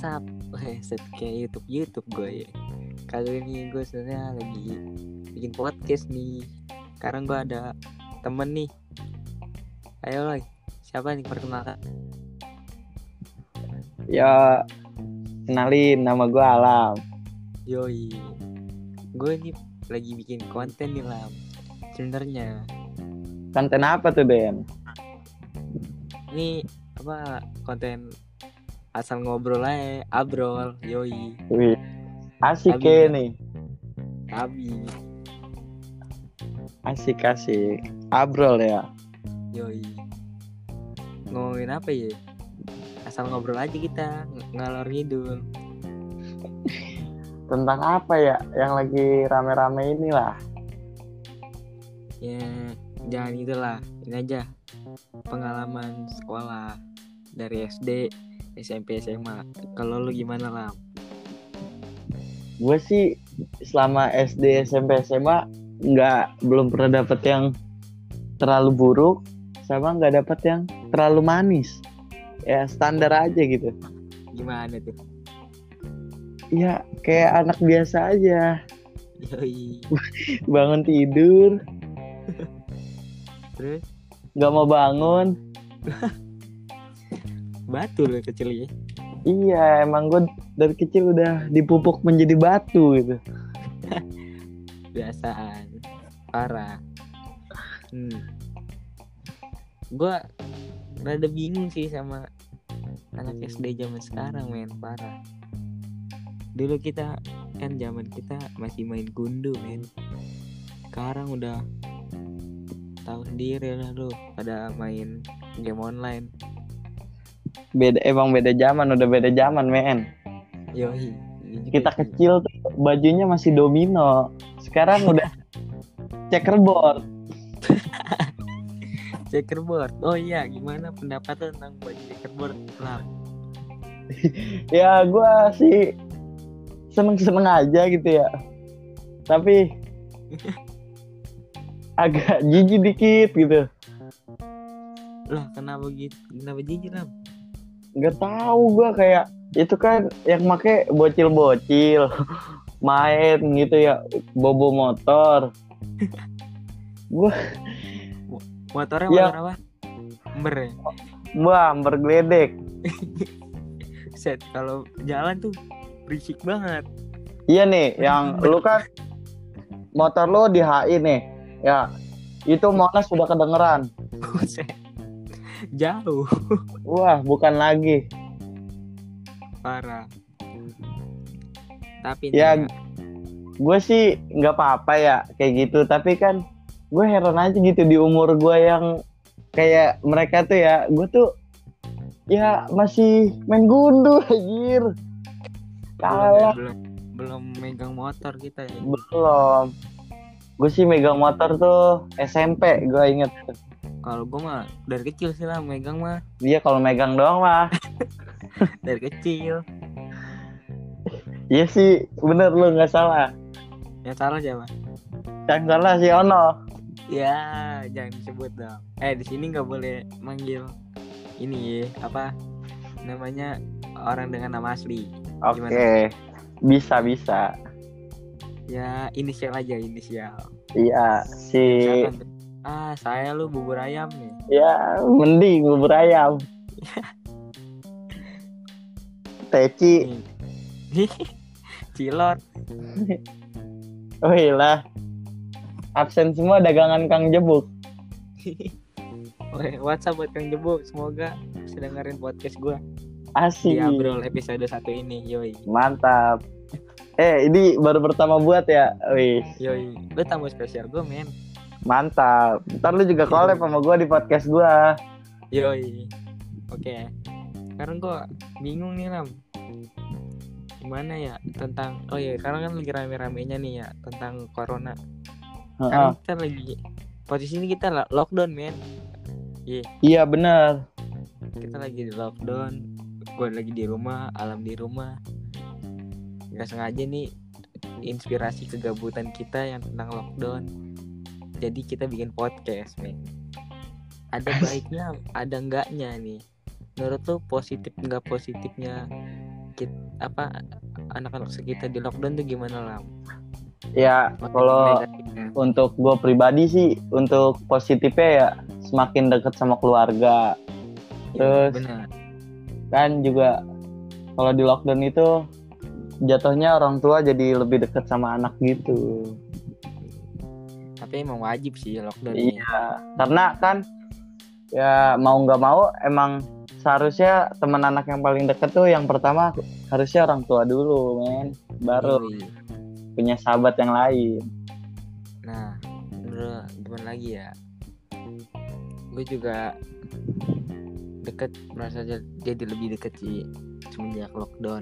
WhatsApp. Set kayak YouTube gue ya. Kali ini gue sebenarnya lagi bikin podcast nih. Sekarang gue ada temen nih. Ayo loh, siapa nih, perkenalkan? Ya, kenalin, nama gue Alam. Yoi, gue nih lagi bikin konten nih Lam. Sebenarnya Konten apa tuh, Den? ini apa, konten asal ngobrol aja, abrol. Yoi, Wih, asik Abi, ya nih. Abi. Asik. Abrol ya. Yoi, ngomongin apa ya? Asal ngobrol aja kita, ngalor ngidul. Tentang apa ya yang lagi rame-rame inilah. Ya jangan itulah, ini aja pengalaman sekolah dari SD, SMP, SMA. Kalau lu gimana Lam? Gue sih selama SD, SMP, SMA belum pernah dapet yang terlalu buruk, sama nggak dapet yang terlalu manis. Ya standar aja gitu. Gimana tuh? Ya kayak anak biasa aja. Yoi. Bangun tidur, Terus nggak mau bangun. batu lu kecil ya. Iya, emang gue dari kecil udah dipupuk menjadi batu gitu. Biasaan. Parah. Gue rada bingung sih sama anak SD zaman sekarang, men. Parah. Dulu kita kan, zaman kita masih main gundu, men. Sekarang udah tahu sendiri lah lu, pada main game online. Emang beda zaman, udah beda zaman, men. Yoi. Kita kecil tuh bajunya masih domino. Sekarang udah checkerboard. Checkerboard. Oh iya, gimana pendapat lu tentang baju checkerboard lah? Ya gue sih seneng aja gitu ya. Tapi agak jijik dikit gitu. Lah kenapa gitu? Kenapa jijik lah? Gak tahu gue, kayak itu kan yang make bocil-bocil main gitu ya, bobo motor. Gue Motornya ya, motor apa? Ember ya? bergeledek. Set, kalau jalan tuh berisik banget. Iya nih, yang lu kan motor lu di HI nih. Ya, itu Monas sudah kedengeran. Buset. Jauh. Wah, bukan lagi. Parah. Tapi Ya, nih, gue sih nggak apa-apa ya kayak gitu. Tapi kan gue heran aja gitu di umur gue yang kayak mereka tuh ya. Gue tuh ya masih main gundu anjir. Kalah. belum megang motor kita ya. Belum. Gue sih megang motor tuh SMP, gue inget. Kalau gue mah dari kecil sih lah megang mah. Dia kalau megang doang mah. Dari kecil. Iya sih, bener lu nggak salah. Yang salah siapa? Yang salah si Ono. Ya, jangan disebut dong. Di sini nggak boleh manggil ini ya, apa namanya, orang dengan nama asli. Oke. Bisa. Ya, inisial aja, inisial. Iya, si Misalkan, saya lu bubur ayam nih. ya mending bubur ayam. Teci. Cilor. Oh iya, absen semua dagangan Kang Jebuk. WhatsApp buat Kang Jebuk, semoga bisa dengerin podcast gue Asik. di Abrol episode 1 ini. Yoi. Mantap. Ini baru pertama buat ya. Wih. Yoi. Lu tamu spesial gue, men. Mantap. Ntar lu juga collab sama gue di podcast gue. Yoi. Oke. Sekarang gue bingung nih, Lam. Gimana ya tentang, sekarang kan lagi rame-ramenya nih ya tentang corona. Sekarang kita lagi posisi ini kita lockdown, men. Iya benar. Kita lagi di lockdown. Gue lagi di rumah, Alam di rumah. Gak sengaja nih inspirasi kegabutan kita yang tentang lockdown. Jadi kita bikin podcast, men. Ada baiknya, ada enggaknya nih. Menurut lu positif enggak positifnya anak-anak sekitar di lockdown tuh gimana lah? Ya kalau untuk gue pribadi sih, untuk positifnya ya semakin dekat sama keluarga. Terus benar. kan juga kalau di lockdown itu jatuhnya orang tua jadi lebih dekat sama anak gitu. Tapi emang wajib sih lockdown ini. Iya, karena kan ya mau nggak mau emang seharusnya teman anak yang paling dekat tuh yang pertama harusnya orang tua dulu, men. Baru Yoi. punya sahabat yang lain. Nah, menurut gimana lagi ya? Gue juga merasa jadi lebih deket sih semenjak lockdown.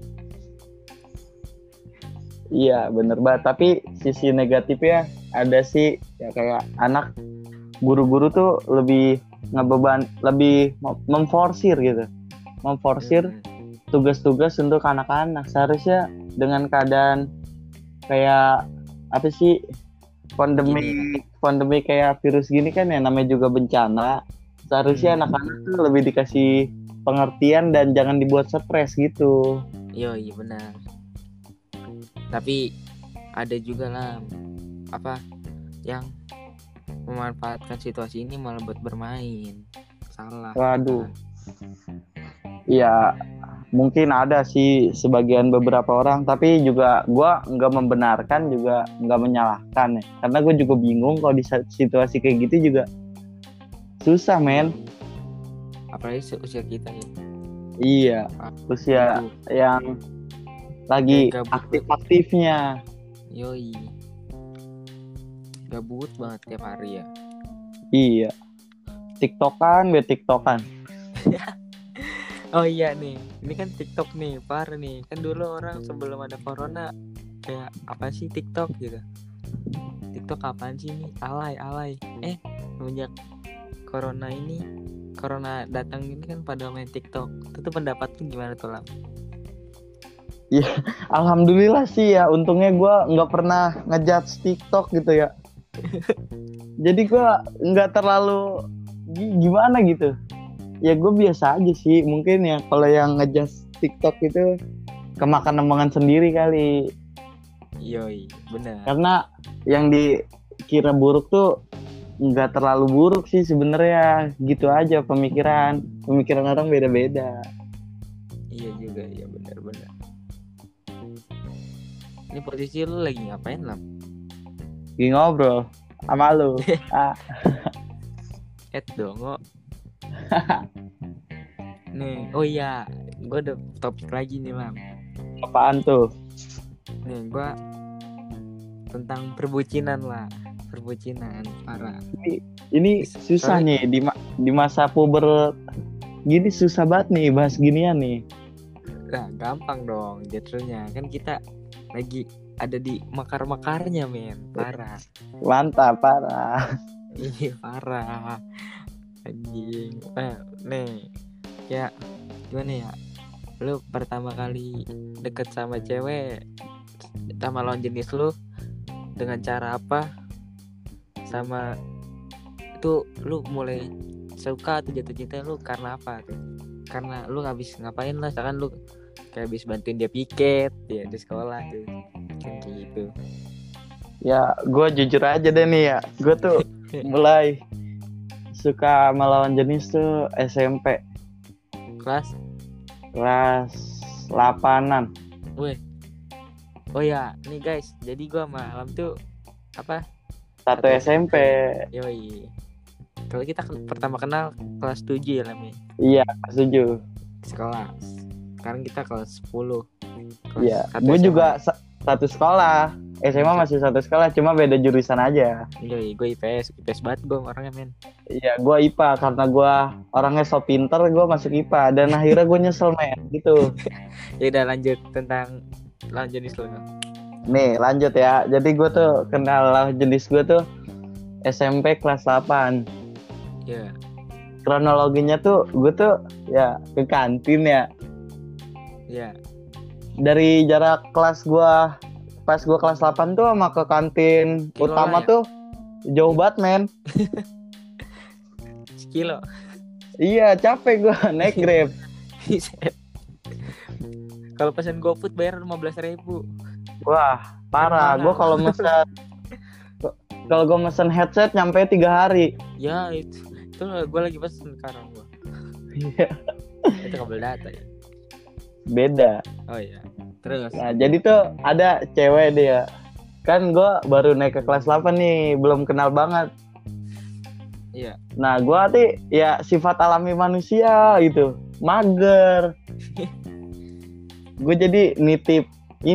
Iya, bener banget. Tapi sisi negatifnya ada sih, ya kayak anak guru-guru tuh lebih lebih memforsir gitu. Memforsir tugas-tugas untuk anak-anak. Seharusnya dengan keadaan kayak apa sih, pandemi kayak virus gini kan ya, namanya juga bencana. Seharusnya anak-anak tuh lebih dikasih pengertian dan jangan dibuat stres gitu. Iya benar. Tapi ada juga lah yang memanfaatkan situasi ini malah buat bermain. Salah. Waduh. Ya mungkin ada sih sebagian beberapa orang, tapi juga gue nggak membenarkan juga nggak menyalahkan ya, karena gue juga bingung kalau di situasi kayak gitu juga susah, men. Apalagi usia kita ya. Iya, usia yang lagi aktif-aktifnya. Yoi, gabut banget tiap hari ya. Iya, tiktokan. Oh iya nih, ini kan TikTok nih, parah nih. Kan dulu orang sebelum ada corona kayak apa sih TikTok gitu. TikTok apaan sih nih? Alay. Semenjak corona datang ini kan pada main TikTok. Itu pendapat lu gimana tuh, Lam? Ya, alhamdulillah sih ya. Untungnya gue nggak pernah ngejudge TikTok gitu ya. Jadi gue nggak terlalu gimana gitu. Ya gue biasa aja sih. Mungkin ya kalau yang ngejudge TikTok itu kemakan omongan sendiri kali. Yoi, benar. Karena yang dikira buruk tuh nggak terlalu buruk sih sebenarnya. Gitu aja pemikiran orang beda-beda. Iya juga, ya benar. Ini posisi lu lagi ngapain, Lam? Lagi ngobrol sama lu. Dongo. Nih, oh iya, gue ada topik lagi nih, Lam. Apaan tuh? Nih, gue tentang perbucinan parah. Ini susah nih di masa puber gini, susah banget nih bahas ginian nih. Nah, gampang dong jatuhnya. Kan kita lagi ada di makar-makarnya, men. Parah. Mantap, parah. Iya, parah. Anjing. Nih. Ya, gimana ya? Lu pertama kali deket sama cewek, sama lawan jenis lu dengan cara apa? Sama itu lu mulai suka atau jatuh cinta lu karena apa tuh? Karena lu habis ngapain lah, misalkan lu kayak habis bantuin dia piket ya di sekolah tuh, kan kayak gitu. Ya, gue jujur aja deh nih ya, gue tuh mulai suka melawan jenis tuh SMP. Kelas 8-an. Weh. Oh ya, nih guys, jadi gue sama Alam tuh satu SMP. Yoi. Kalau kita pertama kenal kelas 7 ya, Lam ya? Iya, kelas 7 sekolah. Sekarang kita kelas 10. Iya, gue juga satu sekolah. SMA masih satu sekolah, cuma beda jurusan aja. Iya, gue IPS banget gue orangnya, men. Iya, gue IPA karena gue orangnya so pinter, gue masuk IPA dan akhirnya gue nyesel, men, gitu. Ya udah, lanjut tentang lawan jenis lo. Nih, lanjut ya. Jadi gue tuh kenal lawan jenis gue tuh SMP kelas 8. Iya. Kronologinya tuh gue tuh ya ke kantin ya. Iya. Dari jarak kelas gue, pas gue kelas 8 tuh sama ke kantin utama tuh jauh banget, men. Sekilo. Iya, capek gue naik Grab. Kalau pesen GoFood bayar 15.000. Wah, parah. Gue kalau gue mesen headset nyampe 3 hari. Ya itu gue lagi pesen sekarang gue. Iya. Itu kabel data ya. Beda. Oh iya. Terus. Nah, jadi tuh ada cewek dia. Kan gue baru naik ke kelas 8 nih, belum kenal banget. Iya. Nah, gue tuh ya sifat alami manusia gitu, mager. Gue jadi nitip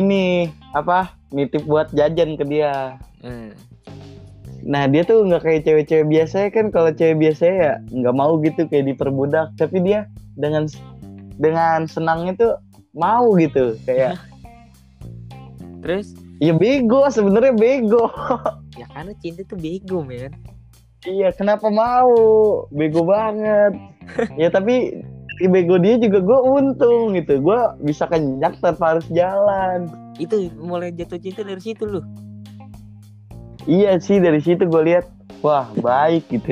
buat jajan ke dia. Nah, dia tuh nggak kayak cewek-cewek biasa kan. Kalau cewek biasa ya nggak mau gitu kayak diperbudak, tapi dia dengan senangnya tuh mau gitu kayak. Terus? Ya bego, sebenarnya bego. Ya karena cinta tuh bego, men. Iya, kenapa mau? Bego banget. Ya tapi bego dia juga gue untung gitu. Gue bisa kenyak tanpa harus jalan. Itu mulai jatuh cinta dari situ loh. Iya sih, dari situ gue lihat, wah baik gitu.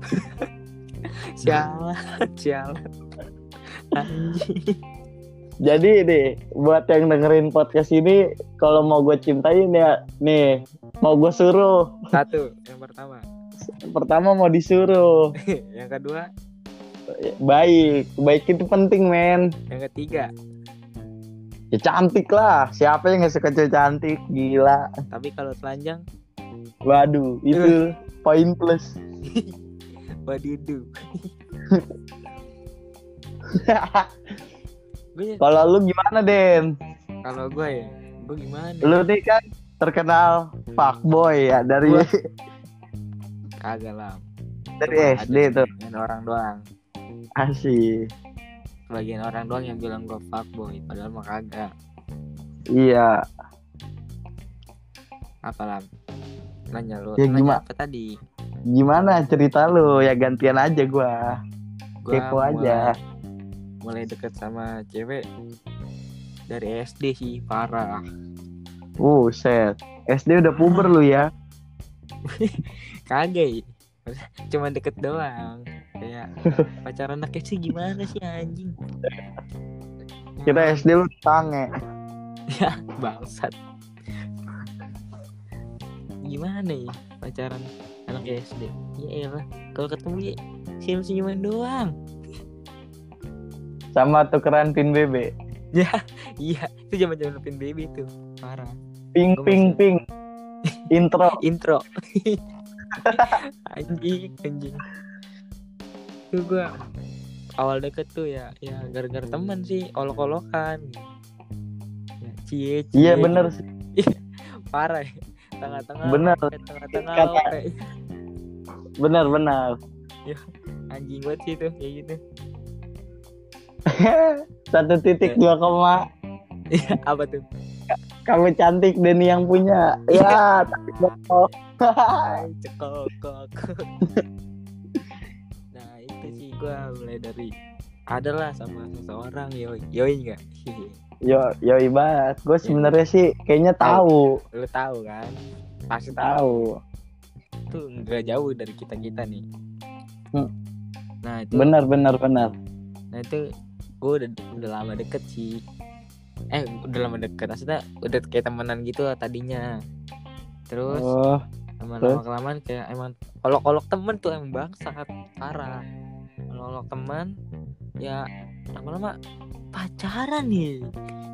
Sialan. Anjing. Jadi nih, buat yang dengerin podcast ini, kalau mau gue cintain ya, nih, mau gue suruh. 1, yang pertama. Pertama mau disuruh. Yang kedua, baik itu penting, men. yang ketiga, ya cantik lah. Siapa yang nggak suka cewek cantik? Gila. Tapi kalau telanjang, waduh, itu poin plus. wadidu. Kalau lu gimana, Den? Kalau gue gimana? Lu nih kan terkenal fuckboy ya dari kagak lah. Dari SD tuh. Sebagian orang doang. Asik. Sebagian orang doang yang bilang gue fuckboy, padahal mah kagak. Iya. Apa lah? Nanya lu. Ya, nanya apa tadi? Gimana cerita lu? Ya gantian aja gua kepo aja. Mulai deket sama cewek dari SD sih, parah. Set. SD udah puber lu ya? Kagak. Cuma deket doang. Kayak pacaran anak sih gimana sih anjing? Kita SD lu tange. Ya bangsat. Gimana ya pacaran anak SD? Ya elah, kalau ketemu ya senyum-senyuman doang. Sama tukeran pin BB. Ya, iya, itu zaman-zaman pin BB tuh, parah. Ping. Intro. anjing. Tuh gue awal deket tuh ya gara-gara teman sih, olok-olokan. Ya, cie. Iya bener sih. Parah ya. Tengah-tengah. Bener. Bener. Ya, anjing banget sih tuh kayak gitu. 1.2, Iya, apa tuh? kamu cantik dan yang punya. Ya, tapi bokok. Cekok. Nah, itu sih gue mulai dari adalah sama seseorang yoi nggak? Yoi banget. Gue sebenarnya sih kayaknya tahu. Lu tahu kan? Pasti Tahu. Itu nggak jauh dari kita nih. Nah itu. Benar. Nah itu gue udah lama deket sih. Udah lama deket. Maksudnya udah kayak temenan gitu tadinya. Terus lama-lama kelamaan kayak emang olok-olok temen tuh emang bangsat parah. Olok-olok teman ya lama-lama pacaran nih.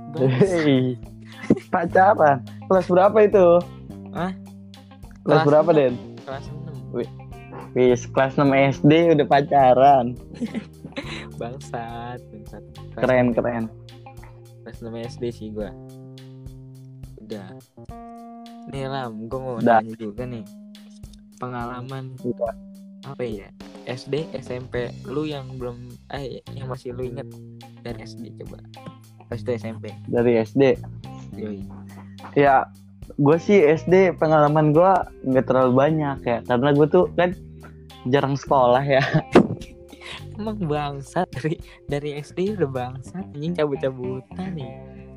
Pacaran. Kelas berapa itu? Hah? Kelas berapa, Den? Kelas 6. Wis, kelas 6 SD udah pacaran. Bangsat. Keren. Kelas 6 SD sih gue. Udah. Nih Lam, gue mau Udah. nanya juga nih. Pengalaman apa ya? SD, SMP lu yang belum yang masih lu inget dari SD coba. Pas itu SMP. Dari SD. Yoi. Ya, gue sih SD pengalaman gue nggak terlalu banyak ya, karena gue tuh kan jarang sekolah ya. Emang bangsat dari SD udah bangsat, anjing cabut-cabutan nih.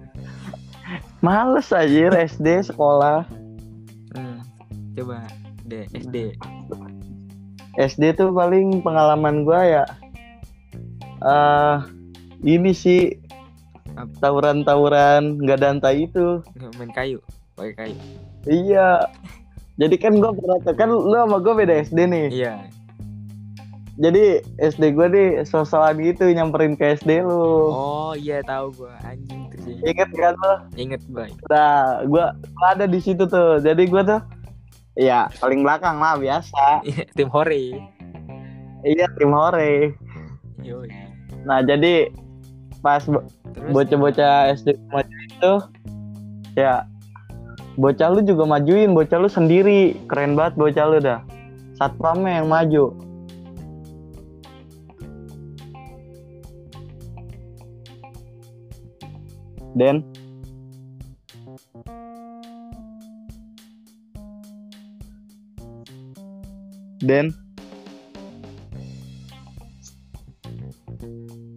Males aja SD sekolah. Coba deh SD. SD tuh paling pengalaman gue ya ini sih tawuran nggak dantai itu. Nggak main kayu, pakai kayu. Iya. Jadi kan gue pernah tuh, kan lu sama gue beda SD nih. Iya. Jadi SD gue nih sosokan gitu nyamperin ke SD lu. Oh iya tahu gua, anjing tuh sih. Ingat kan lo? Inget gua. Nah, gue ada di situ tuh. Jadi gue tuh, ya paling belakang lah biasa. Tim hore. Iya tim hore. Yoi. Nah jadi pas Terus bocah-bocah SD maju itu, ya bocah lu juga majuin, bocah lu sendiri, keren banget bocah lu dah. Satpamnya yang maju. Den, Den,